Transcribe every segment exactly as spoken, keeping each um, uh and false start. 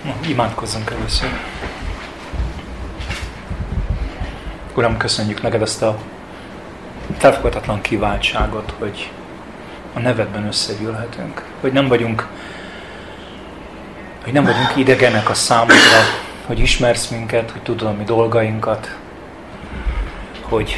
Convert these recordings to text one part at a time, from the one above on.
Na, imádkozzunk először. Uram, köszönjük neked ezt a felfoghatatlan kiváltságot, hogy a nevedben összegyűlhetünk. Hogy nem vagyunk, hogy nem vagyunk idegenek a számodra, hogy ismersz minket, hogy tudod a mi dolgainkat, hogy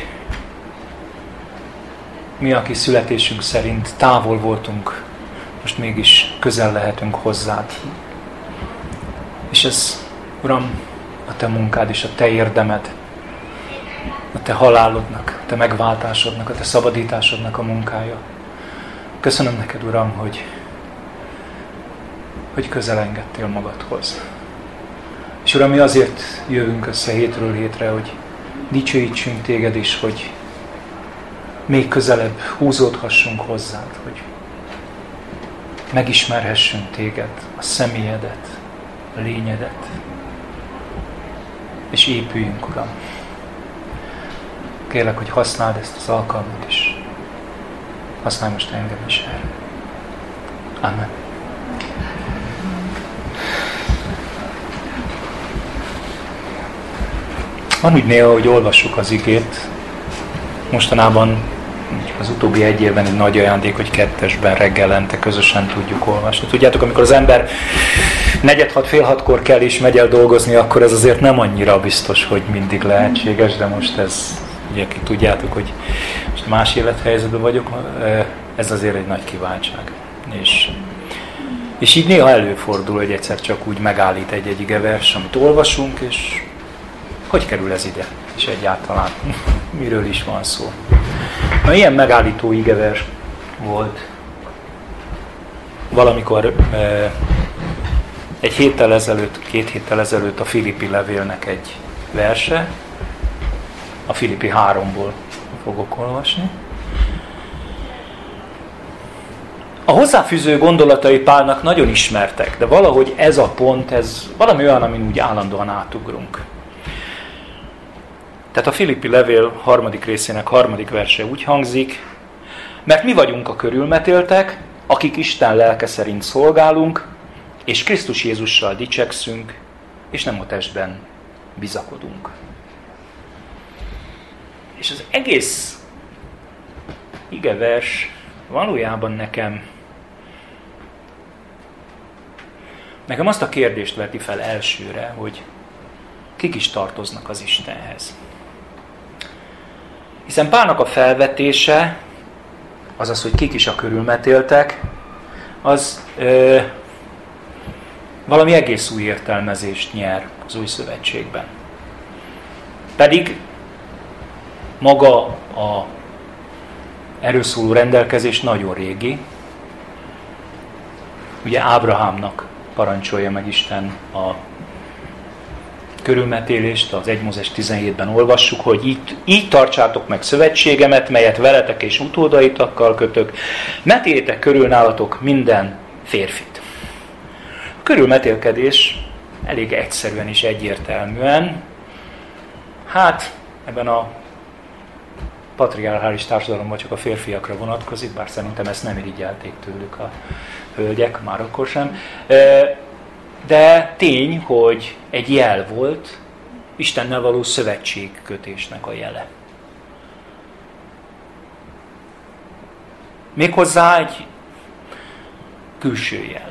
mi, aki születésünk szerint távol voltunk, most mégis közel lehetünk hozzád. És ez, Uram, a te munkád és a te érdemed, a te halálodnak, a te megváltásodnak, a te szabadításodnak a munkája. Köszönöm neked, Uram, hogy, hogy közel engedtél magadhoz. És Uram, mi azért jövünk össze hétről hétre, hogy dicsőítsünk téged is, hogy még közelebb húzódhassunk hozzád, hogy megismerhessünk téged, a személyedet, a lényedet, és épüljünk, Uram. Kérlek, hogy használd ezt az alkalmat is. Használj most engem is erre. Amen. Van úgy néha, hogy olvassuk az igét. Mostanában az utóbbi egy évben egy nagy ajándék, hogy kettesben reggelente közösen tudjuk olvasni. Tudjátok, amikor az ember negyed hat, fél hatkor kell és megy el dolgozni, akkor ez azért nem annyira biztos, hogy mindig lehetséges, de most ez, ugye tudjátok, hogy most más élethelyzetben vagyok, ez azért egy nagy kiváltság. És, és így néha előfordul, hogy egyszer csak úgy megállít egy-egy igevers, amit olvasunk, és hogy kerül ez ide? És egyáltalán miről is van szó? Na, ilyen megállító igevers volt valamikor e, egy héttel ezelőtt, két héttel ezelőtt a Filippi levélnek egy verse, a Filippi háromból fogok olvasni. A hozzáfűző gondolatai Pálnak nagyon ismertek, de valahogy ez a pont, ez valami olyan, amin úgy állandóan átugrunk. Tehát a Filippi levél harmadik részének harmadik verse úgy hangzik, mert mi vagyunk a körülmetéltek, akik Isten lelke szerint szolgálunk, és Krisztus Jézussal dicsekszünk, és nem a testben bizakodunk. És az egész igevers valójában nekem, nekem azt a kérdést veti fel elsőre, hogy kik is tartoznak az Istenhez. Hiszen Pálnak a felvetése, azaz, hogy kik is a körülmetéltek, az ö, valami egész új értelmezést nyer az új szövetségben. Pedig maga a erről szóló rendelkezés nagyon régi. Ugye Ábrahámnak parancsolja meg Isten a körülmetélést, az egy Mózes tizenhétben olvassuk, hogy így, így tartsátok meg szövetségemet, melyet veletek és utódaitokkal kötök, metéljétek körül nálatok minden férfit. A körülmetélkedés elég egyszerűen és egyértelműen, hát ebben a patriarchális társadalomban csak a férfiakra vonatkozik, bár szerintem ezt nem irigyelték tőlük a hölgyek, már akkor sem. De tény, hogy egy jel volt, Istennel való szövetségkötésnek a jele. Méghozzá egy külső jel.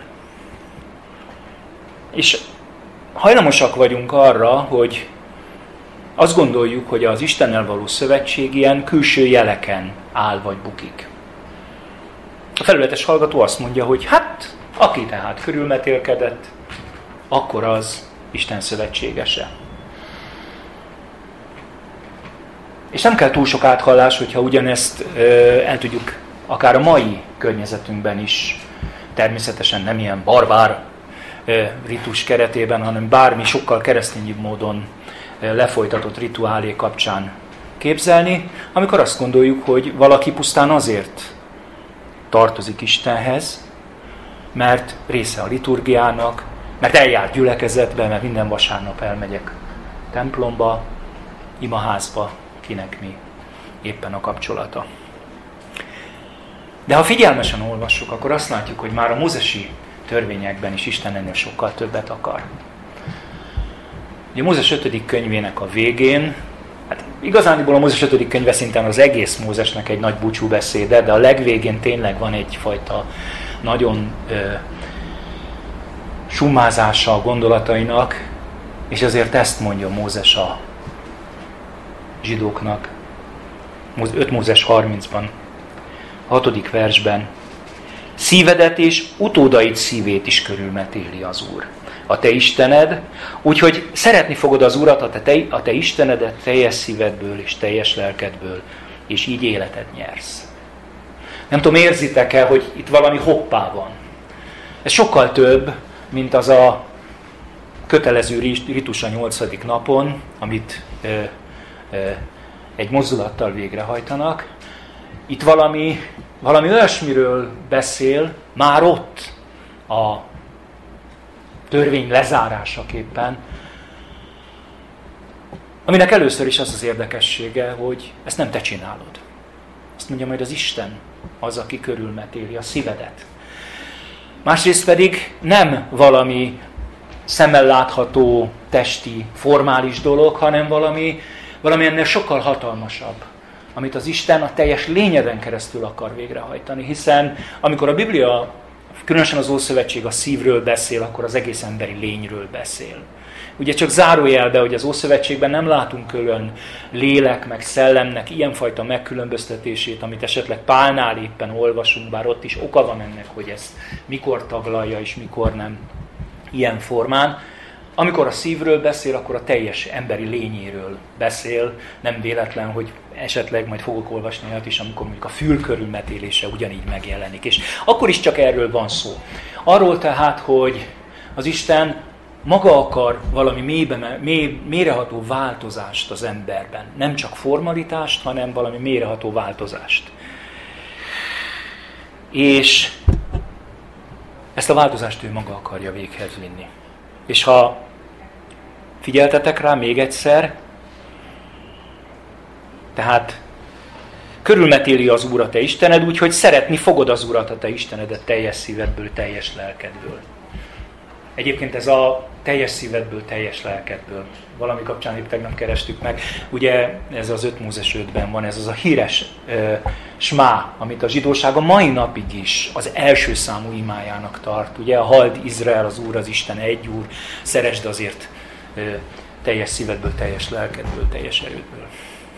És hajlamosak vagyunk arra, hogy azt gondoljuk, hogy az Istennel való szövetség ilyen külső jeleken áll vagy bukik. A felületes hallgató azt mondja, hogy hát, aki tehát körülmetélkedett, akkor az Isten szövetségese. És nem kell túl sok áthallás, hogyha ugyanezt ö, el tudjuk akár a mai környezetünkben is, természetesen nem ilyen barbár ö, ritus keretében, hanem bármi sokkal keresztényibb módon ö, lefolytatott rituálé kapcsán képzelni, amikor azt gondoljuk, hogy valaki pusztán azért tartozik Istenhez, mert része a liturgiának, mert eljár gyülekezetbe, mert minden vasárnap elmegyek templomba, imaházba, kinek mi éppen a kapcsolata. De ha figyelmesen olvassuk, akkor azt látjuk, hogy már a mózesi törvényekben is Isten ennél sokkal többet akar. Ugye Mózes ötödik könyvének a végén, hát igazániból a Mózes ötödik könyve szinten az egész Mózesnek egy nagy búcsúbeszéde, de a legvégén tényleg van egyfajta nagyon ö, summázása a gondolatainak, és azért ezt mondja Mózes a zsidóknak, öt Mózes harmincban, a hatodik versben. Szívedet és utódaid szívét is körülmetéli az Úr, a te Istened, úgyhogy szeretni fogod az Urat, a te, a te Istenedet teljes szívedből és teljes lelkedből, és így életet nyersz. Nem tudom, érzitek-e, hogy itt valami hoppá van. Ez sokkal több, mint az a kötelező ritus a nyolcadik napon, amit ö, ö, egy mozdulattal végrehajtanak. Itt valami, valami olyasmiről beszél, már ott a törvény lezárásaképpen, aminek először is az az érdekessége, hogy ezt nem te csinálod. Azt mondja majd az Isten, az, aki körülmetéli a szívedet. Másrészt pedig nem valami szemmel látható, testi, formális dolog, hanem valami, valami ennél sokkal hatalmasabb, amit az Isten a teljes lényeden keresztül akar végrehajtani. Hiszen amikor a Biblia, különösen az Ószövetség a szívről beszél, akkor az egész emberi lényről beszél. Ugye csak zárójelbe, hogy az Ószövetségben nem látunk külön lélek, meg szellemnek ilyenfajta megkülönböztetését, amit esetleg Pálnál éppen olvasunk, bár ott is oka van ennek, hogy ezt mikor taglalja és mikor nem ilyen formán. Amikor a szívről beszél, akkor a teljes emberi lényéről beszél. Nem véletlen, hogy esetleg majd fogok olvasni olyat is, amikor mondjuk a fül körülmetélése ugyanígy megjelenik. És akkor is csak erről van szó. Arról tehát, hogy az Isten maga akar valami mélybe, mély, mélyreható változást az emberben. Nem csak formalitást, hanem valami mélyreható változást. És ezt a változást ő maga akarja véghez vinni. És ha figyeltetek rá még egyszer, tehát körülmetéli az Úr a te Istened, úgyhogy szeretni fogod az Urat a te Istenedet teljes szívedből, teljes lelkedből. Egyébként ez a teljes szívedből, teljes lelkedből. Valami kapcsán épp tegnap kerestük meg. Ugye ez az öt Mózes ötben van, ez az a híres uh, smá, amit a zsidóság a mai napig is az első számú imájának tart. Ugye a hald Izrael, az Úr, az Isten egy Úr, szeresd azért uh, teljes szívedből, teljes lelkedből, teljes erődből.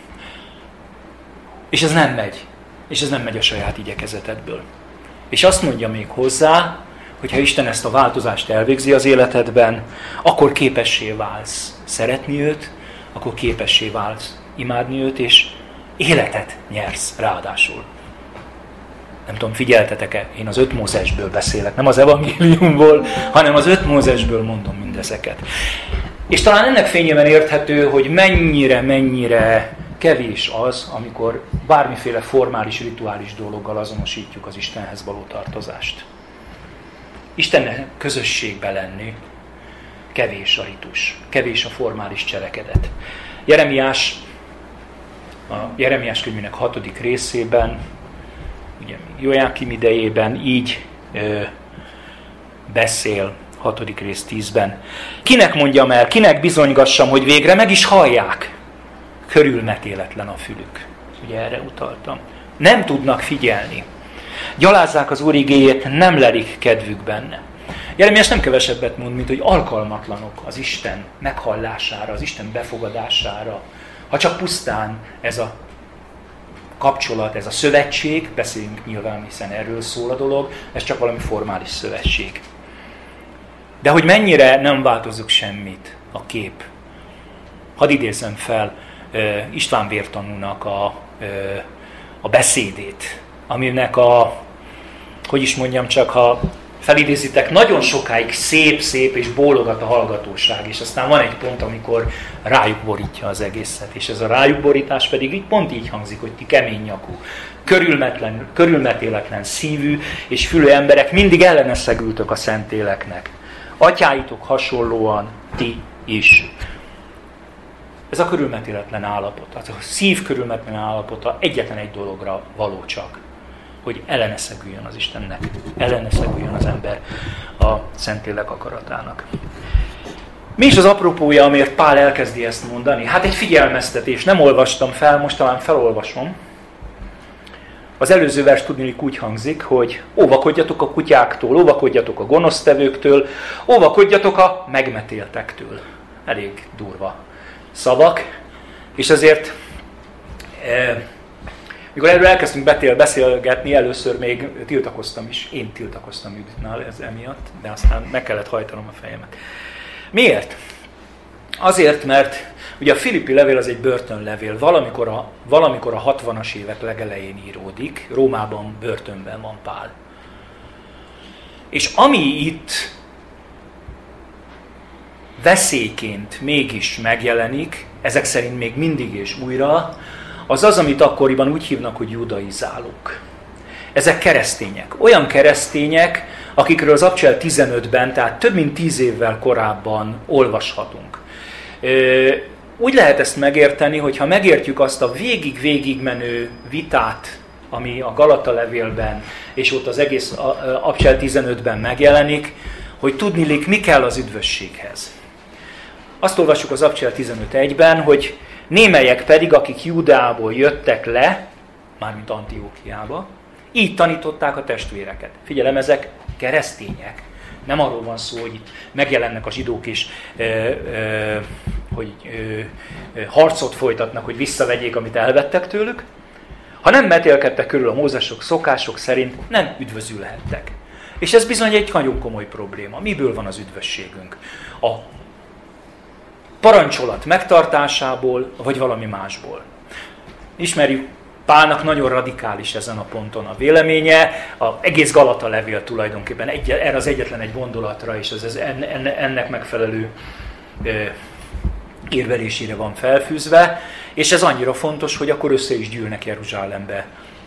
És ez nem megy. És ez nem megy a saját igyekezetedből. És azt mondja még hozzá, hogyha Isten ezt a változást elvégzi az életedben, akkor képessé válsz szeretni őt, akkor képessé válsz imádni őt, és életet nyersz ráadásul. Nem tudom, figyeltetek-e? Én az öt Mózesből beszélek, nem az evangéliumból, hanem az öt Mózesből mondom mindezeket. És talán ennek fényében érthető, hogy mennyire, mennyire kevés az, amikor bármiféle formális, rituális dologgal azonosítjuk az Istenhez való tartozást. Istennel közösségbe lenni kevés a ritus, kevés a formális cselekedet. Jeremiás, a Jeremiás könyvének hatodik részében, ugye Jójákim idejében így ö, beszél, hatodik rész tízben. Kinek mondjam el, kinek bizonygassam, hogy végre meg is hallják? Körülmetéletlen a fülük. Ugye erre utaltam. Nem tudnak figyelni. Gyalázzák az Úr igéjét, nem lelik kedvük benne. Jeremiás nem kevesebbet mond, mint hogy alkalmatlanok az Isten meghallására, az Isten befogadására. Ha csak pusztán ez a kapcsolat, ez a szövetség, beszéljünk nyilván, hiszen erről szól a dolog, ez csak valami formális szövetség. De hogy mennyire nem változik semmit a kép. Hadd idézzem fel uh, István vértanúnak a, uh, a beszédét, aminek a, hogy is mondjam csak, ha felidézitek, nagyon sokáig szép-szép és bólogat a hallgatóság, és aztán van egy pont, amikor rájuk borítja az egészet, és ez a rájuk borítás pedig így pont így hangzik, hogy ti kemény nyakú, körülmetlen, körülmetéletlen szívű és fülű emberek mindig elleneszegültök a szentéleknek. Atyáitok hasonlóan ti is. Ez a körülmetéletlen állapot, az a szív körülmetlen állapota egyetlen egy dologra való csak, hogy elleneszegüljön az Istennek, elleneszegüljön az ember a Szentlélek akaratának. Mi is az apropója, amiért Pál elkezdi ezt mondani? Hát egy figyelmeztetés. Nem olvastam fel, most talán felolvasom. Az előző vers tudniillik úgy hangzik, hogy óvakodjatok a kutyáktól, óvakodjatok a gonosztevőktől, óvakodjatok a megmetéltektől. Elég durva szavak. És ezért, eh, mikor erről elkezdtünk betél, beszélgetni, először még tiltakoztam is. Én tiltakoztam Juditnál ez emiatt, de aztán meg kellett hajtanom a fejemet. Miért? Azért, mert ugye a Filippi levél az egy börtönlevél, valamikor a, valamikor a hatvanas évek legelején íródik, Rómában börtönben van Pál. És ami itt veszélyként mégis megjelenik, ezek szerint még mindig és újra, az az, amit akkoriban úgy hívnak, hogy judaizálók. Ezek keresztények. Olyan keresztények, akikről az Apcsel tizenötben, tehát több mint tíz évvel korábban olvashatunk. Úgy lehet ezt megérteni, hogyha megértjük azt a végig-végig menő vitát, ami a Galata levélben és ott az egész Apcsel tizenötben megjelenik, hogy tudniillik, mi kell az üdvösséghez. Azt olvassuk az Apcsel tizenöt egyben, hogy némelyek pedig, akik Júdeából jöttek le, mármint Antiókiába, így tanították a testvéreket. Figyelem, ezek keresztények. Nem arról van szó, hogy itt megjelennek a zsidók is, ö, ö, hogy ö, ö, harcot folytatnak, hogy visszavegyék, amit elvettek tőlük, ha nem metélkedtek körül a mózesok szokások szerint, nem üdvözülhettek. És ez bizony egy nagyon komoly probléma. Miből van az üdvösségünk? A parancsolat megtartásából, vagy valami másból. Ismerjük, Pálnak nagyon radikális ezen a ponton a véleménye, az egész Galata levél tulajdonképpen egy, erre az egyetlen egy gondolatra is, az, az ennek megfelelő e, érvelésére van felfűzve, és ez annyira fontos, hogy akkor össze is gyűlnek Jeruzsálembe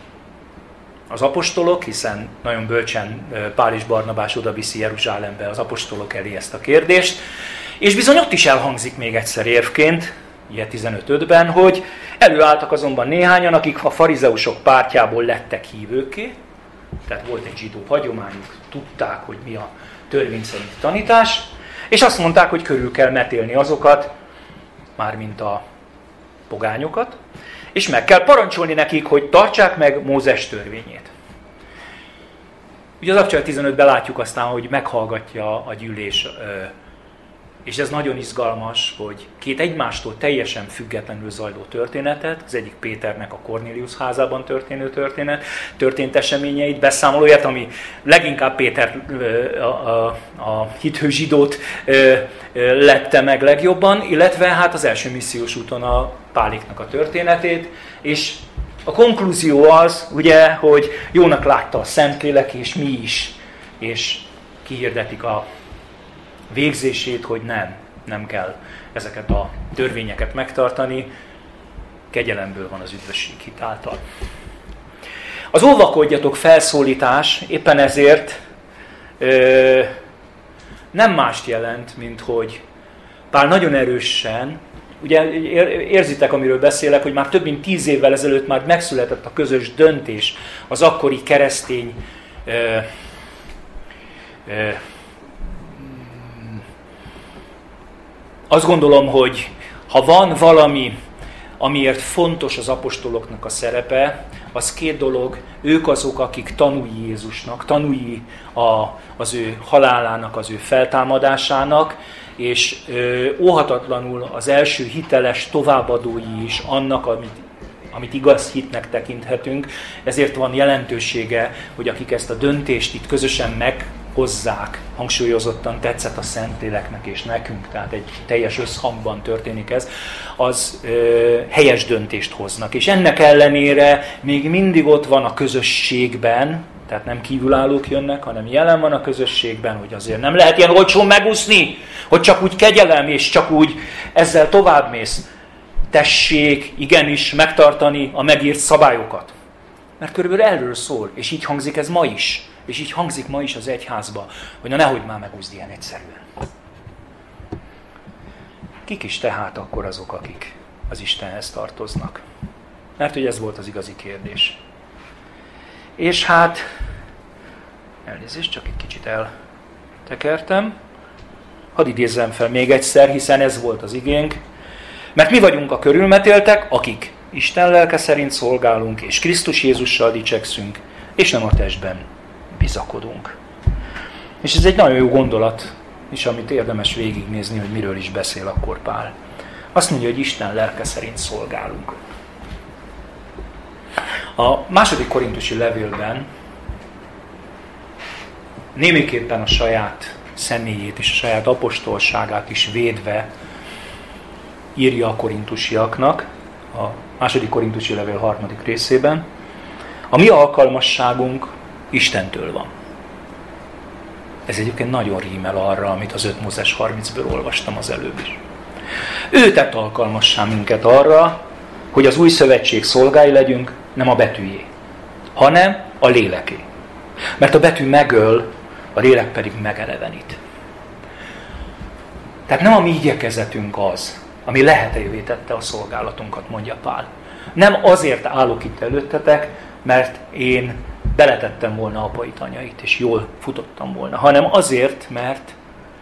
az apostolok, hiszen nagyon bölcsen Pál és Barnabás odaviszi Jeruzsálembe az apostolok elé ezt a kérdést, és bizony ott is elhangzik még egyszer érvként, ilyen tizenöt ötben, hogy előálltak azonban néhányan, akik a farizeusok pártjából lettek hívőkké, tehát volt egy zsidó hagyományuk, tudták, hogy mi a törvény szerinti tanítás, és azt mondták, hogy körül kell metélni azokat, mármint a pogányokat, és meg kell parancsolni nekik, hogy tartsák meg Mózes törvényét. Ugye az Apcsel tizenötben látjuk aztán, hogy meghallgatja a gyűlés, és ez nagyon izgalmas, hogy két egymástól teljesen függetlenül zajló történetet, az egyik Péternek a Kornéliusz házában történő történet, történt eseményeit, beszámolóját, ami leginkább Péter a, a, a hithő zsidót lepte meg legjobban, illetve hát az első missziós úton a Páléknak a történetét, és a konklúzió az, ugye, hogy jónak látta a Szentlélek, és mi is, és kihirdetik a végzését, hogy nem, nem kell ezeket a törvényeket megtartani, kegyelemből van az üdvösség hitáltal. Az óvakodjatok felszólítás éppen ezért ö, nem mást jelent, mint hogy Pál nagyon erősen, ugye érzitek, amiről beszélek, hogy már több mint tíz évvel ezelőtt már megszületett a közös döntés az akkori keresztény ö, ö, azt gondolom, hogy ha van valami, amiért fontos az apostoloknak a szerepe, az két dolog, ők azok, akik tanúi Jézusnak, tanúi a, az ő halálának, az ő feltámadásának, és ö, óhatatlanul az első hiteles továbbadói is annak, amit, amit igaz hitnek tekinthetünk, ezért van jelentősége, hogy akik ezt a döntést itt közösen meghozzák, hangsúlyozottan tetszett a Szentléleknek és nekünk, tehát egy teljes összhangban történik ez, az ö, helyes döntést hoznak. És ennek ellenére még mindig ott van a közösségben, tehát nem kívülállók jönnek, hanem jelen van a közösségben, hogy azért nem lehet ilyen olcsón megúszni, hogy csak úgy kegyelem, és csak úgy ezzel továbbmész. Tessék igenis megtartani a megírt szabályokat. Mert körülbelül erről szól, és így hangzik ez ma is. És így hangzik ma is az egyházba, hogy na nehogy már megúszd ilyen egyszerűen. Kik is tehát akkor azok, akik az Istenhez tartoznak? Mert hogy ez volt az igazi kérdés. És hát, elnézést, csak egy kicsit tekertem. Hadd idézzem fel még egyszer, hiszen ez volt az igénk. Mert mi vagyunk a körülmetéltek, akik Isten lelke szerint szolgálunk, és Krisztus Jézussal dicsekszünk, és nem a testben bizakodunk. És ez egy nagyon jó gondolat, és amit érdemes végignézni, hogy miről is beszél akkor Pál. Azt mondja, hogy Isten lelke szerint szolgálunk. A második korintusi levélben némiképpen a saját személyét és a saját apostolságát is védve írja a korintusiaknak, a második korintusi levél harmadik részében. A mi alkalmasságunk Istentől van. Ez egyébként nagyon rímel arra, amit az öt Mózes harmincből olvastam az előbb is. Ő tett alkalmassá minket arra, hogy az új szövetség szolgái legyünk, nem a betűjé, hanem a léleké. Mert a betű megöl, a lélek pedig megelevenít. Tehát nem a mi igyekezetünk az, ami lehetővé tette a szolgálatunkat, mondja Pál. Nem azért állok itt előttetek, mert én beletettem volna apait, anyait, és jól futottam volna, hanem azért, mert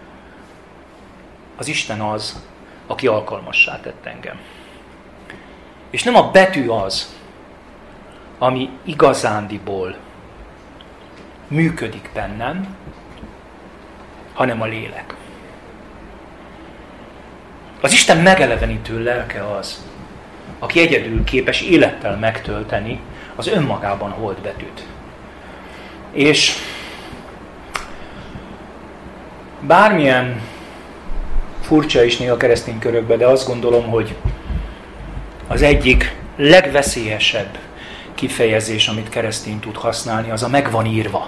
az Isten az, aki alkalmassá tett engem. És nem a betű az, ami igazándiból működik bennem, hanem a lélek. Az Isten megelevenítő lelke az, aki egyedül képes élettel megtölteni az önmagában holt betűt. És bármilyen furcsa is néha keresztény körökben, de azt gondolom, hogy az egyik legveszélyesebb kifejezés, amit keresztény tud használni, az a meg van írva.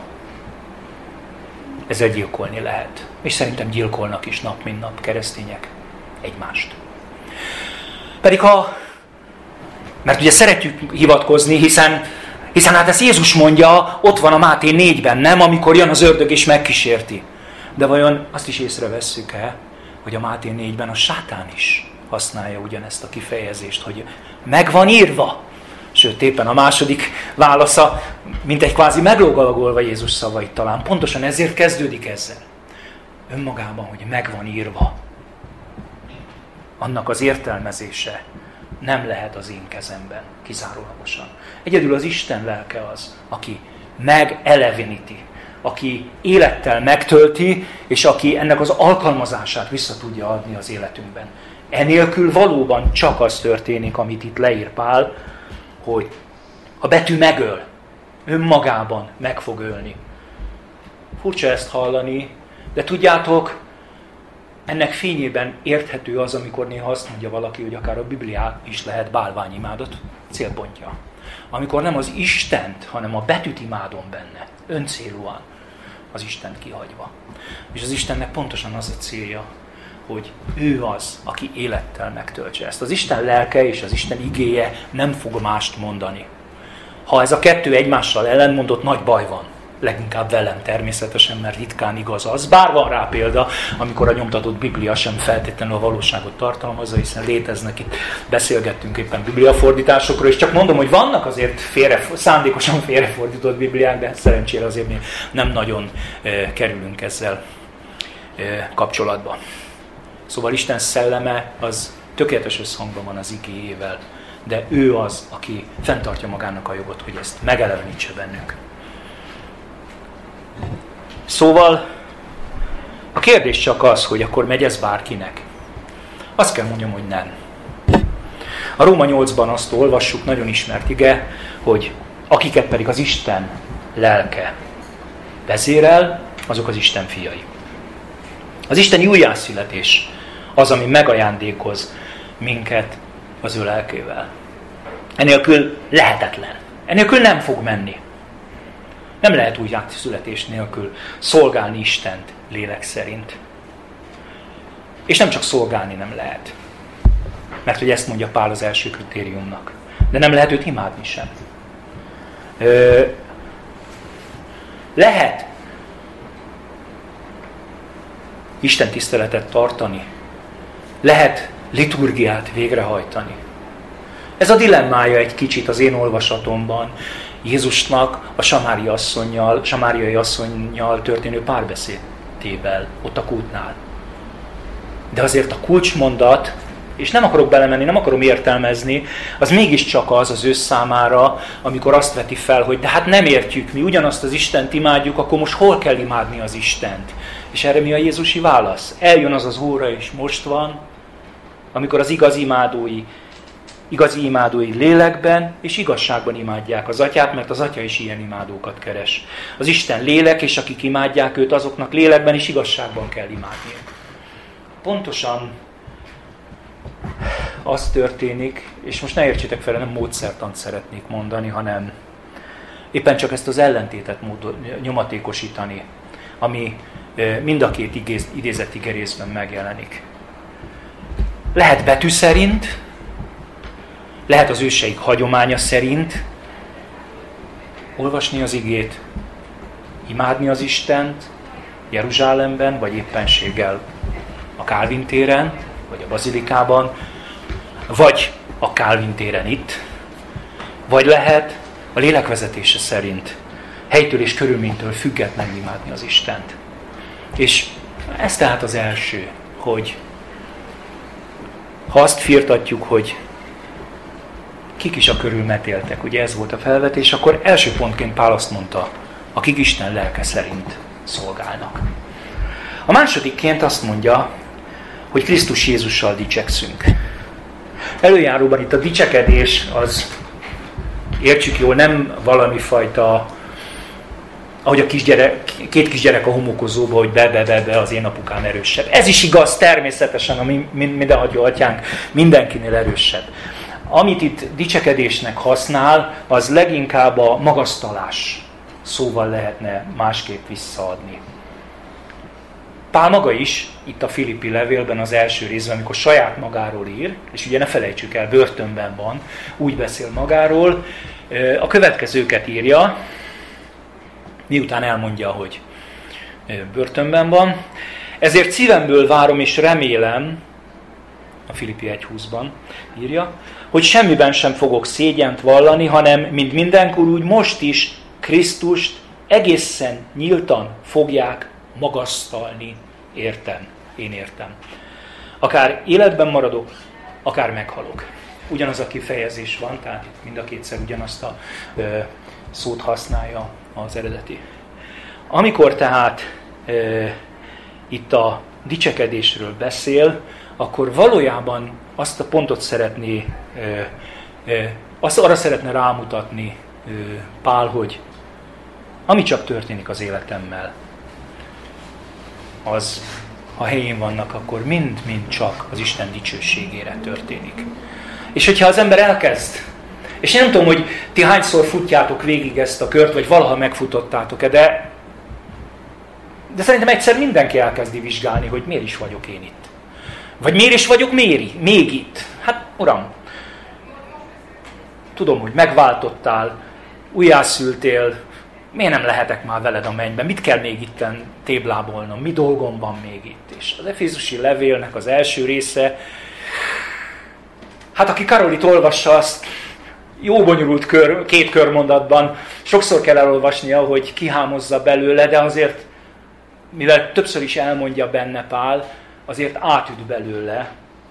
Ezzel gyilkolni lehet. És szerintem gyilkolnak is nap, mint nap keresztények egymást. Pedig ha, mert ugye szeretjük hivatkozni, hiszen, hiszen hát ezt Jézus mondja, ott van a Máté négyben, nem? Amikor jön az ördög és megkísérti. De vajon azt is észrevesszük-e, hogy a Máté négyben a sátán is használja ugyanezt a kifejezést, hogy meg van írva. Sőt, éppen a második válasza, mint egy kvázi meglógolva Jézus szavait talán. Pontosan ezért kezdődik ezzel. Önmagában, hogy meg van írva. Annak az értelmezése nem lehet az én kezemben, kizárólagosan. Egyedül az Isten lelke az, aki megeleveníti, aki élettel megtölti, és aki ennek az alkalmazását vissza tudja adni az életünkben. Enélkül valóban csak az történik, amit itt leír Pál, hogy a betű megöl, önmagában meg fog ölni. Furcsa ezt hallani, de tudjátok, ennek fényében érthető az, amikor néha azt mondja valaki, hogy akár a Bibliát is lehet bálványimádat célpontja. Amikor nem az Istent, hanem a betűt imádom benne, öncélúan, az Istent kihagyva. És az Istennek pontosan az a célja, hogy ő az, aki élettel megtöltse ezt. Az Isten lelke és az Isten igéje nem fog mást mondani. Ha ez a kettő egymással ellenmondott, nagy baj van. Leginkább velem természetesen, mert ritkán igaz az. Bár van rá példa, amikor a nyomtatott Biblia sem feltétlenül a valóságot tartalmazza, hiszen léteznek itt, beszélgettünk éppen bibliafordításokról, és csak mondom, hogy vannak azért félre, szándékosan félrefordított Bibliák, de szerencsére azért mi nem nagyon e, kerülünk ezzel e, kapcsolatba. Szóval Isten szelleme az tökéletes összhangban van az igéjével, de ő az, aki fenntartja magának a jogot, hogy ezt megelevenítse bennünk. Szóval a kérdés csak az, hogy akkor megy ez bárkinek. Azt kell mondjam, hogy nem. A Róma nyolcban azt olvassuk, nagyon ismert ige, hogy akiket pedig az Isten lelke vezérel, azok az Isten fiai. Az isteni újjászületés az, ami megajándékoz minket az ő lelkével. Enélkül lehetetlen. Enélkül nem fog menni. Nem lehet újjászületés nélkül szolgálni Istent lélek szerint. És nem csak szolgálni nem lehet. Mert hogy ezt mondja Pál az első kritériumnak. De nem lehet őt imádni sem. Ö, lehet Isten tiszteletet tartani. Lehet liturgiát végrehajtani. Ez a dilemmája egy kicsit az én olvasatomban Jézusnak a samári asszonnyal, samáriai asszonnyal történő párbeszéd jelentével, ott a kútnál. De azért a kulcsmondat, és nem akarok belemenni, nem akarom értelmezni, az mégiscsak az az ő számára, amikor azt veti fel, hogy de hát nem értjük, mi ugyanazt az Istent imádjuk, akkor most hol kell imádni az Istent? És erre mi a jézusi válasz? Eljön az az óra, és most van, amikor az igazi imádói, igazi imádói lélekben és igazságban imádják az Atyát, mert az Atya is ilyen imádókat keres. Az Isten lélek, és akik imádják őt, azoknak lélekben és igazságban kell imádniuk. Pontosan az történik, és most ne értsétek fel, nem módszertant szeretnék mondani, hanem éppen csak ezt az ellentétet nyomatékosítani, ami mind a két idézett igerészben megjelenik. Lehet betű szerint, lehet az őseik hagyománya szerint olvasni az igét, imádni az Istent Jeruzsálemben, vagy éppenséggel a Kálvin téren, vagy a Bazilikában, vagy a Kálvin téren itt, vagy lehet a lélek vezetése szerint helytől és körülménytől függetlenül imádni az Istent. És ez tehát az első, hogy ha azt firtatjuk, hogy kik is a körülmetéltek, ugye ez volt a felvetés, akkor első pontként Pál azt mondta, akik Isten lelke szerint szolgálnak. A másodikként azt mondja, hogy Krisztus Jézussal dicsekszünk. Előjáróban itt a dicsekedés az, értsük jól, nem valami fajta, ahogy a kisgyerek, két kisgyerek a homokozóba, hogy be, be, be, be, az én apukám erősebb. Ez is igaz, természetesen, a mindenhagyó atyánk mindenkinél erősebb. Amit itt dicsekedésnek használ, az leginkább a magasztalás szóval lehetne másképp visszaadni. Pál maga is, itt a Filippi levélben az első részben, amikor saját magáról ír, és ugye ne felejtsük el, börtönben van, úgy beszél magáról, a következőket írja, miután elmondja, hogy börtönben van. Ezért szívemből várom és remélem, a Filippi egy húszban írja, hogy semmiben sem fogok szégyent vallani, hanem mint mindenkor úgy most is Krisztust egészen nyíltan fogják magasztalni, értem, én értem. Akár életben maradok, akár meghalok. Ugyanaz a kifejezés van, tehát mind a kétszer ugyanazt a ö, szót használja az eredeti. Amikor tehát ö, itt a dicsekedésről beszél, akkor valójában azt a pontot szeretné, ö, ö, azt arra szeretne rámutatni ö, Pál, hogy ami csak történik az életemmel, az, ha helyén vannak, akkor mind-mind csak az Isten dicsőségére történik. És hogyha az ember elkezd, és én nem tudom, hogy ti hányszor futjátok végig ezt a kört, vagy valaha megfutottátok-e, de, de szerintem egyszer mindenki elkezdi vizsgálni, hogy miért is vagyok én itt. Vagy miért is vagyok méri, még itt. Hát, uram, tudom, hogy megváltottál, újjászültél, miért nem lehetek már veled a mennyben? Mit kell még itten téblábolnom? Mi dolgom van még itt? És az Efézusi levélnek az első része, hát aki Karolit olvassa, azt jó bonyolult kör, két körmondatban sokszor kell elolvasnia, hogy kihámozza belőle, de azért, mivel többször is elmondja benne Pál, azért átüt belőle,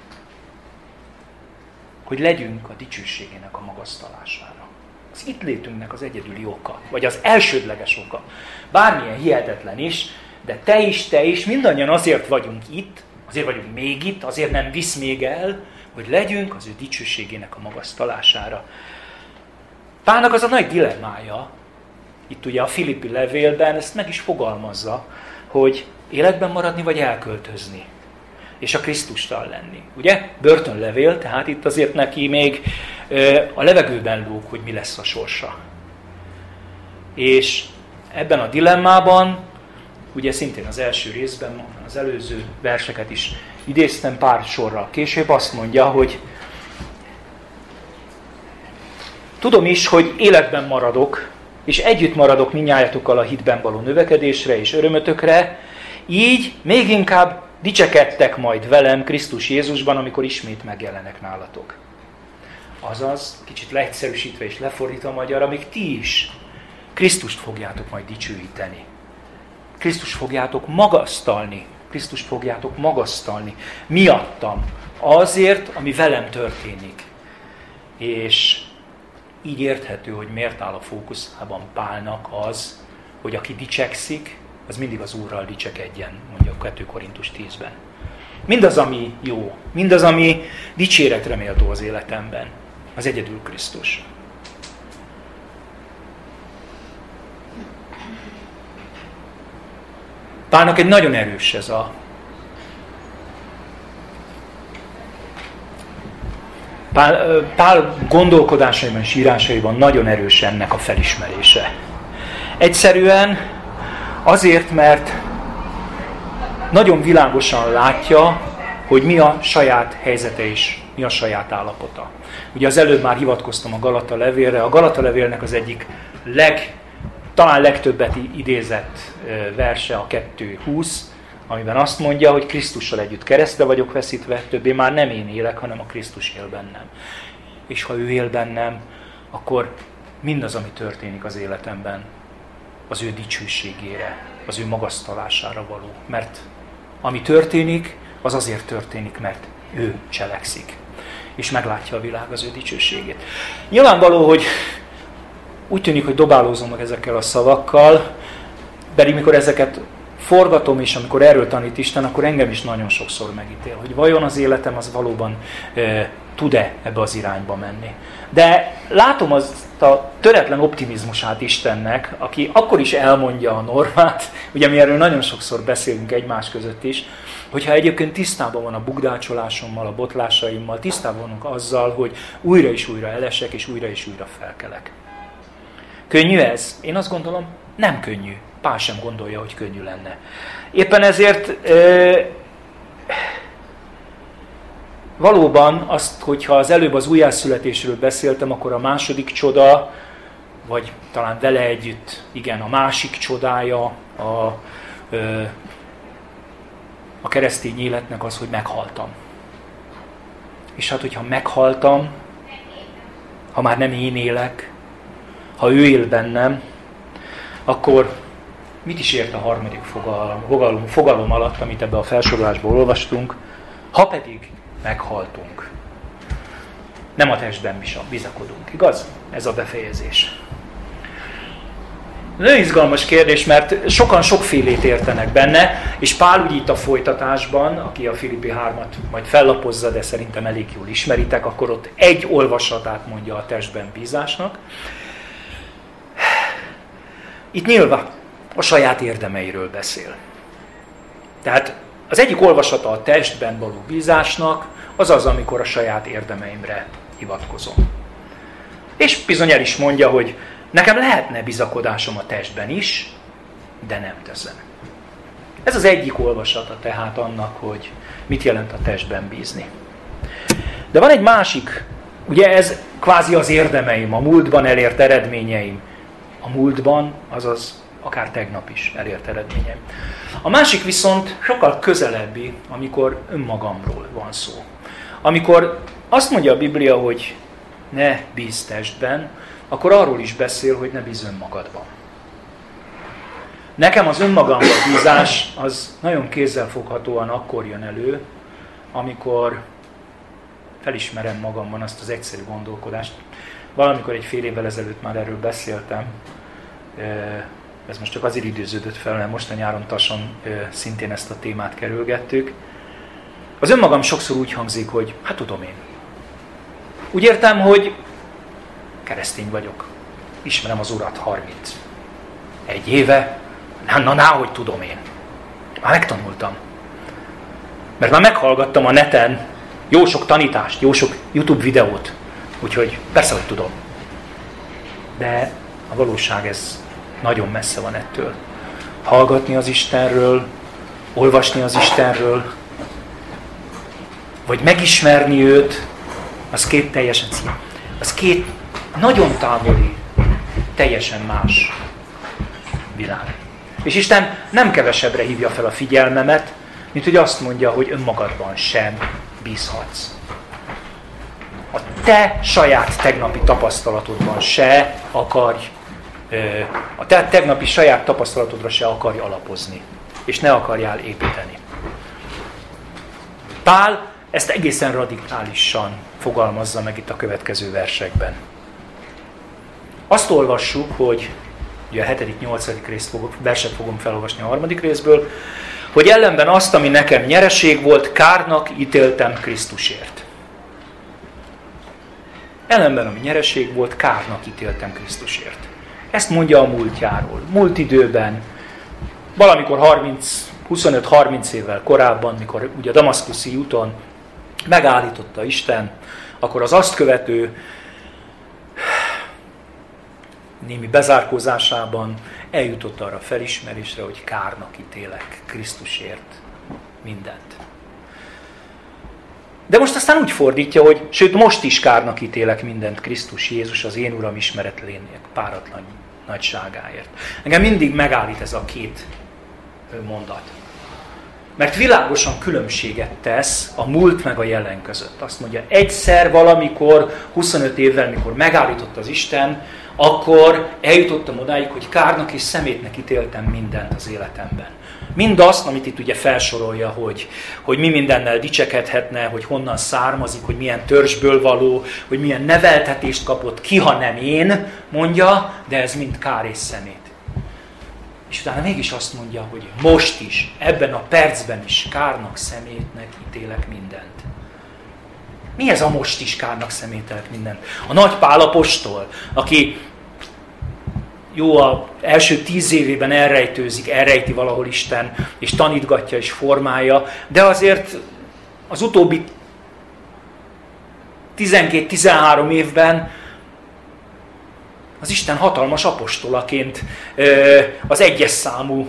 hogy legyünk a dicsőségének a magasztalására. Az itt létünknek az egyedüli oka, vagy az elsődleges oka. Bármilyen hihetetlen is, de te is, te is, mindannyian azért vagyunk itt, azért vagyunk még itt, azért nem visz még el, hogy legyünk az ő dicsőségének a magasztalására. Pálnak az a nagy dilemmája, itt ugye a Filippi levélben ezt meg is fogalmazza, hogy életben maradni vagy elköltözni, és a Krisztustal lenni. Ugye? Börtönlevél, tehát itt azért neki még a levegőben lóg, hogy mi lesz a sorsa. És ebben a dilemmában, ugye szintén az első részben, az előző verseket is idéztem pár sorral később, azt mondja, hogy tudom is, hogy életben maradok, és együtt maradok mindnyájatokkal a hitben való növekedésre és örömötökre, így még inkább dicsekedtek majd velem Krisztus Jézusban, amikor ismét megjelenek nálatok. Azaz, kicsit leegyszerűsítve és lefordítva magyarra, még ti is Krisztust fogjátok majd dicsőíteni. Krisztus fogjátok magasztalni. Krisztust fogjátok magasztalni. Miattam. Azért, ami velem történik. És így érthető, hogy miért áll a fókuszában Pálnak az, hogy aki dicsekszik, az mindig az Úrral dicsekedjen, mondja a kettő Korintus tízben. Mindaz, ami jó, mindaz, ami dicséretre méltó az életemben, az egyedül Krisztus. Pálnak egy nagyon erős ez a Pál, Pál gondolkodásaiban és írásaiban nagyon erős ennek a felismerése. Egyszerűen azért, mert nagyon világosan látja, hogy mi a saját helyzete és mi a saját állapota. Ugye az előbb már hivatkoztam a Galata levélre. A Galata levélnek az egyik leg, talán legtöbbet idézett verse a kettő húsz, amiben azt mondja, hogy Krisztussal együtt keresztre vagyok veszítve, többé már nem én élek, hanem a Krisztus él bennem. És ha ő él bennem, akkor mindaz, ami történik az életemben, az ő dicsőségére, az ő magasztalására való. Mert ami történik, az azért történik, mert ő cselekszik. És meglátja a világ az ő dicsőségét. Nyilvánvaló, hogy úgy tűnik, hogy dobálózom meg ezekkel a szavakkal, pedig mikor ezeket forgatom, és amikor erről tanít Isten, akkor engem is nagyon sokszor megítél, hogy vajon az életem az valóban e, tud-e ebbe az irányba menni. De látom azt a töretlen optimizmusát Istennek, aki akkor is elmondja a normát, ugye mi erről nagyon sokszor beszélünk egymás között is, hogyha egyébként tisztában van a bugdácsolásommal, a botlásaimmal, tisztában vanunk azzal, hogy újra és újra elesek, és újra és újra felkelek. Könnyű ez? Én azt gondolom, nem könnyű. Pál sem gondolja, hogy könnyű lenne. Éppen ezért e, valóban azt, hogyha az előbb az újjászületésről beszéltem, akkor a második csoda, vagy talán vele együtt, igen, a másik csodája a, e, a keresztény életnek az, hogy meghaltam. És hát, hogyha meghaltam, ha már nem én élek, ha ő él bennem, akkor mit is ért a harmadik fogalom, fogalom, fogalom alatt, amit ebbe a felsorolásból olvastunk? Ha pedig meghaltunk. Nem a testben bizakodunk, igaz? Ez a befejezés. Nagyon izgalmas kérdés, mert sokan sokfélét értenek benne, és Pál úgy itt a folytatásban, aki a Filippi hármat majd fellapozza, de szerintem elég jól ismeritek, akkor ott egy olvasatát mondja a testben bízásnak. Itt nyilván a saját érdemeiről beszél. Tehát az egyik olvasata a testben való bízásnak, az az, amikor a saját érdemeimre hivatkozom. És bizony el is mondja, hogy nekem lehetne bizakodásom a testben is, de nem teszem. Ez az egyik olvasata tehát annak, hogy mit jelent a testben bízni. De van egy másik, ugye ez kvázi az érdemeim, a múltban elért eredményeim. A múltban, azaz akár tegnap is elért eredményeim. A másik viszont sokkal közelebbi, amikor önmagamról van szó. Amikor azt mondja a Biblia, hogy ne bízz testben, akkor arról is beszél, hogy ne bízz önmagadban. Nekem az önmagamban bízás az nagyon kézzelfoghatóan akkor jön elő, amikor felismerem magamban azt az egyszerű gondolkodást. Valamikor egy fél évvel ezelőtt már erről beszéltem, ez most csak azért időződött fel, mert most a nyáron tason szintén ezt a témát kerülgettük. Az önmagam sokszor úgy hangzik, hogy hát tudom én. Úgy értem, hogy keresztény vagyok. Ismerem az Urat harminc egy éve. Na, na, na, hogy tudom én. Már megtanultam. Mert már meghallgattam a neten jó sok tanítást, jó sok YouTube videót. Úgyhogy persze, hogy tudom. De a valóság ez nagyon messze van ettől. Hallgatni az Istenről, olvasni az Istenről, vagy megismerni őt, az két teljesen szín. Az két nagyon távoli, teljesen más világ. És Isten nem kevesebbre hívja fel a figyelmemet, mint hogy azt mondja, hogy önmagadban sem bízhatsz. A te saját tegnapi tapasztalatodban se akarj a te tegnapi saját tapasztalatodra se akarj alapozni, és ne akarjál építeni. Pál ezt egészen radikálisan fogalmazza meg itt a következő versekben. Azt olvassuk, hogy ugye a hetedik, nyolcadik részt fogok, verset fogom felolvasni a harmadik részből, hogy ellenben azt, ami nekem nyereség volt, kárnak ítéltem Krisztusért. Ellenben, ami nyereség volt, kárnak ítéltem Krisztusért. Ezt mondja a múltjáról. Múlt időben, valamikor harminc, huszonöt-harminc évvel korábban, mikor ugye a damaszkuszi úton megállította Isten, akkor az azt követő némi bezárkózásában eljutott arra a felismerésre, hogy kárnak ítélek Krisztusért mindent. De most aztán úgy fordítja, hogy sőt, most is kárnak ítélek mindent Krisztus Jézus, az én Uram ismeretlének páratlan nagyságáért. Engem mindig megállít ez a két mondat. Mert világosan különbséget tesz a múlt meg a jelen között. Azt mondja, egyszer valamikor, huszonöt évvel, mikor megállított az Isten, akkor eljutottam odáig, hogy kárnak és szemétnek ítéltem mindent az életemben. Mindazt, amit itt ugye felsorolja, hogy, hogy mi mindennel dicsekedhetne, hogy honnan származik, hogy milyen törzsből való, hogy milyen neveltetést kapott ki, ha nem én, mondja, de ez mind kár és szemét. És utána mégis azt mondja, hogy most is, ebben a percben is kárnak, szemétnek ítélek mindent. Mi ez a most is kárnak, szemételek mindent? A nagy Pál apostol, aki jó, az első tíz évében elrejtőzik, elrejti valahol Isten, és tanítgatja és formálja, de azért az utóbbi tizenkét-tizenhárom évben az Isten hatalmas apostolaként az egyes számú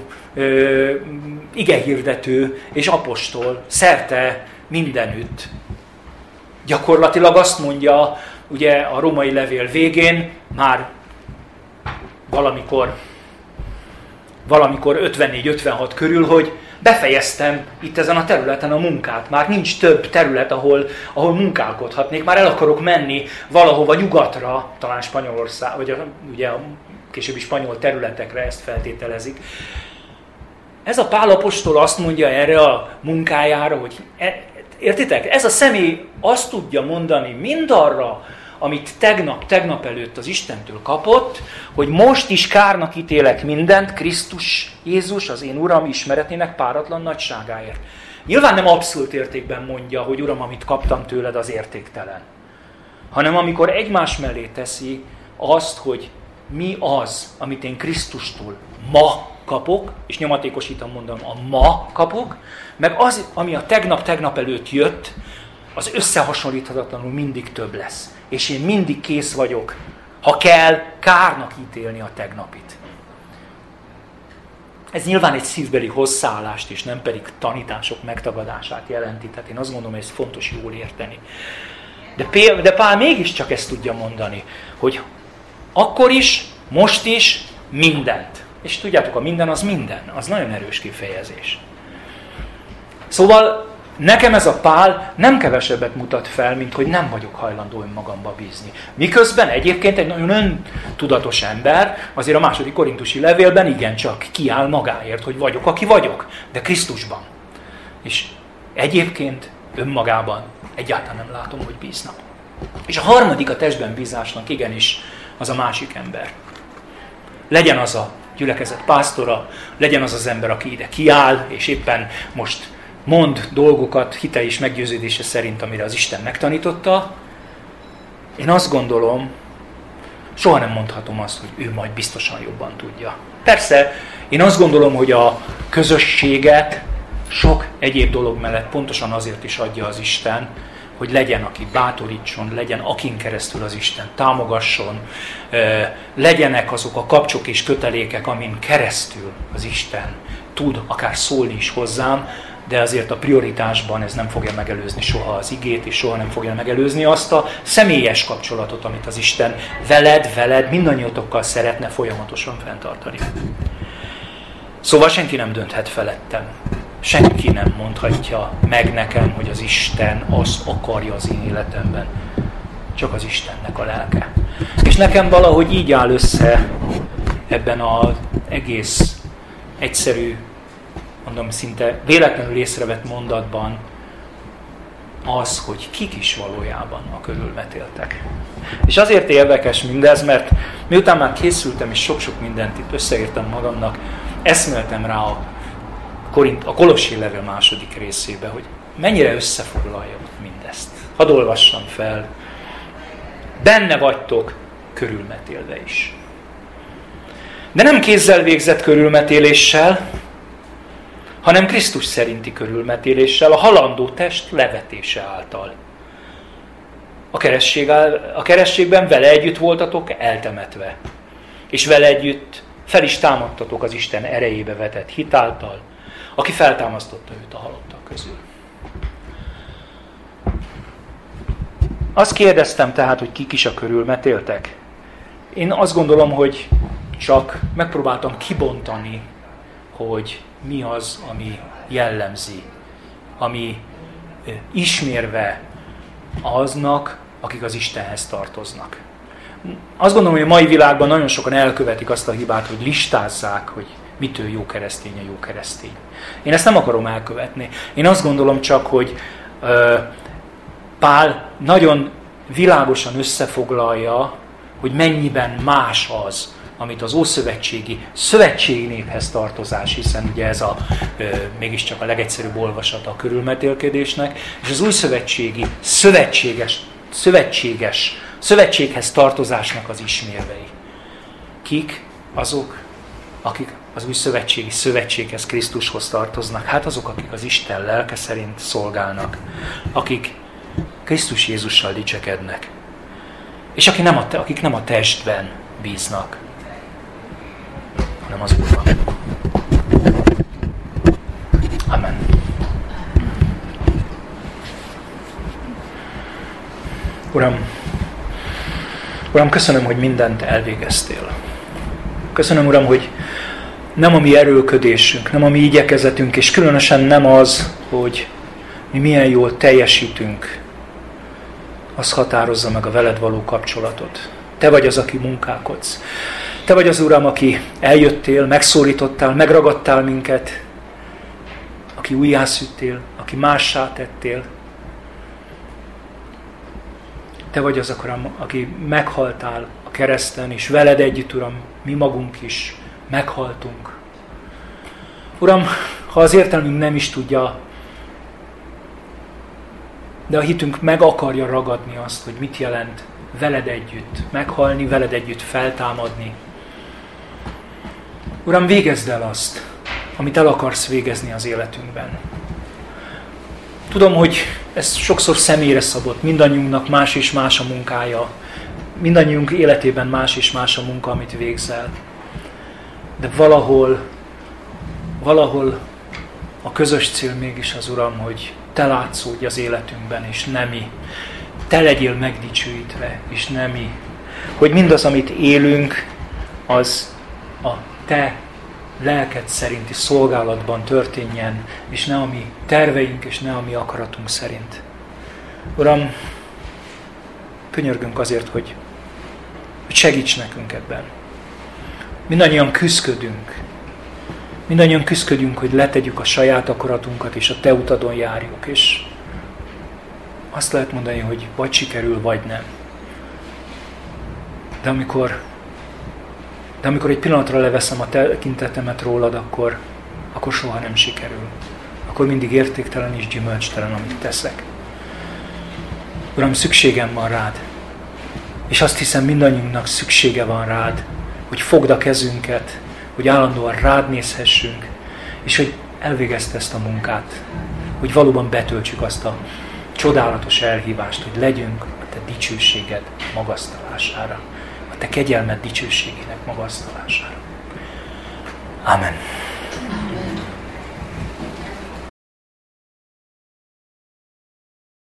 igehirdető és apostol szerte mindenütt. Gyakorlatilag azt mondja, ugye a római levél végén, már valamikor, valamikor ötvennégy-ötvenhat körül, hogy befejeztem itt ezen a területen a munkát. Már nincs több terület, ahol, ahol munkálkodhatnék. Már el akarok menni valahova nyugatra, talán Spanyolország, vagy a, ugye a későbbi spanyol területekre, ezt feltételezik. Ez a Pál apostol azt mondja erre a munkájára, hogy e, értitek? Ez a személy azt tudja mondani mindarra, amit tegnap, tegnap előtt az Istentől kapott, hogy most is kárnak ítélek mindent Krisztus Jézus, az én Uram ismeretének páratlan nagyságáért. Nyilván nem abszolút értékben mondja, hogy Uram, amit kaptam tőled, az értéktelen. Hanem amikor egymás mellé teszi azt, hogy mi az, amit én Krisztustól ma kapok, és nyomatékosítan mondom, a ma kapok, meg az, ami a tegnap-tegnap előtt jött, az összehasonlíthatatlanul mindig több lesz. És én mindig kész vagyok, ha kell, kárnak ítélni a tegnapit. Ez nyilván egy szívbeli hozzáállást, és nem pedig tanítások megtagadását jelenti. Tehát én azt gondolom, hogy ez fontos jól érteni. De, Pál, de Pál mégiscsak ezt tudja mondani, hogy akkor is, most is, mindent. És tudjátok, a minden az minden. Az nagyon erős kifejezés. Szóval nekem ez a Pál nem kevesebbet mutat fel, mint hogy nem vagyok hajlandó önmagamba bízni. Miközben egyébként egy nagyon öntudatos ember azért a második korintusi levélben igencsak kiáll magáért, hogy vagyok, aki vagyok, de Krisztusban. És egyébként önmagában egyáltalán nem látom, hogy bízna. És a harmadik a testben bízásnak igenis az a másik ember. Legyen az a gyülekezet pásztora, legyen az az ember, aki ide kiáll, és éppen most mond dolgokat hite és meggyőződése szerint, amire az Isten megtanította. Én azt gondolom, soha nem mondhatom azt, hogy ő majd biztosan jobban tudja. Persze, én azt gondolom, hogy a közösséget sok egyéb dolog mellett pontosan azért is adja az Isten, hogy legyen, aki bátorítson, legyen, akin keresztül az Isten támogasson, legyenek azok a kapcsok és kötelékek, amin keresztül az Isten tud akár szólni is hozzám, de azért a prioritásban ez nem fogja megelőzni soha az igét, és soha nem fogja megelőzni azt a személyes kapcsolatot, amit az Isten veled, veled, mindannyiatokkal szeretne folyamatosan fenntartani. Szóval senki nem dönthet felettem. Senki nem mondhatja meg nekem, hogy az Isten azt akarja az én életemben. Csak az Istennek a lelke. És nekem valahogy így áll össze ebben az egész egyszerű, mondom szinte véletlenül észrevett mondatban az, hogy kik is valójában a körülmetéltek. És azért érdekes mindez, mert miután már készültem, és sok-sok mindent itt összeírtam magamnak, eszméltem rá a, Korint, a Kolossi levél második részébe, hogy mennyire összefoglalja mindezt. Hadd olvassam fel. Benne vagytok körülmetélve is. De nem kézzel végzett körülmetéléssel, hanem Krisztus szerinti körülmetéléssel, a halandó test levetése által. A, keresztség, a kerességben vele együtt voltatok eltemetve, és vele együtt fel is támadtatok az Isten erejébe vetett hit által, aki feltámasztotta őt a halottak közül. Azt kérdeztem tehát, hogy kik is a körülmetéltek. Én azt gondolom, hogy csak megpróbáltam kibontani, hogy mi az, ami jellemzi, ami ismérve aznak, akik az Istenhez tartoznak. Azt gondolom, hogy a mai világban nagyon sokan elkövetik azt a hibát, hogy listázzák, hogy mitől jó keresztény a jó keresztény. Én ezt nem akarom elkövetni. Én azt gondolom csak, hogy uh, Pál nagyon világosan összefoglalja, hogy mennyiben más az, amit az ószövetségi szövetségi néphez tartozás, hiszen ugye ez a, ö, mégiscsak a legegyszerűbb olvasata a körülmetélkedésnek, és az újszövetségi szövetséges, szövetséges, szövetséghez tartozásnak az ismérvei. Kik azok, akik az újszövetségi szövetséghez, Krisztushoz tartoznak? Hát azok, akik az Isten lelke szerint szolgálnak, akik Krisztus Jézussal dicsekednek, és akik nem a, akik nem a testben bíznak, hanem az Úrban. Amen. Uram, Uram, köszönöm, hogy mindent elvégeztél. Köszönöm, Uram, hogy nem a mi erőlködésünk, nem a mi igyekezetünk, és különösen nem az, hogy mi milyen jól teljesítünk, az határozza meg a veled való kapcsolatot. Te vagy az, aki munkálkodsz. Te vagy az, Uram, aki eljöttél, megszólítottál, megragadtál minket, aki újjászüttél, aki mássá tettél. Te vagy az, Uram, aki meghaltál a kereszten, és veled együtt, Uram, mi magunk is meghaltunk. Uram, ha az értelmünk nem is tudja, de a hitünk meg akarja ragadni azt, hogy mit jelent veled együtt meghalni, veled együtt feltámadni. Uram, végezd el azt, amit el akarsz végezni az életünkben. Tudom, hogy ez sokszor személyre szabott, mindannyiunknak más és más a munkája, mindannyiunk életében más és más a munka, amit végzel. De valahol, valahol a közös cél mégis az, Uram, hogy Te látszódj az életünkben, és nem mi. Te legyél megdicsőítve, és nem mi. Hogy mindaz, amit élünk, az a Te lelked szerinti szolgálatban történjen, és ne a mi terveink, és ne a mi akaratunk szerint. Uram, könyörgünk azért, hogy segíts nekünk ebben. Mindannyian küszködünk. Mindannyian küszködünk, hogy letegyük a saját akaratunkat, és a Te utadon járjuk, és azt lehet mondani, hogy vagy sikerül, vagy nem. De amikor, de amikor egy pillanatra leveszem a tekintetemet rólad, akkor, akkor soha nem sikerül. Akkor mindig értéktelen és gyümölcstelen, amit teszek. Uram, szükségem van rád. És azt hiszem, mindannyiunknak szüksége van rád, hogy fogd a kezünket, hogy állandóan rád nézhessünk, és hogy elvégezte ezt a munkát, hogy valóban betöltsük azt a csodálatos elhívást, hogy legyünk a Te dicsőséged magasztalására, a Te kegyelmed dicsőségének magasztalására. Amen.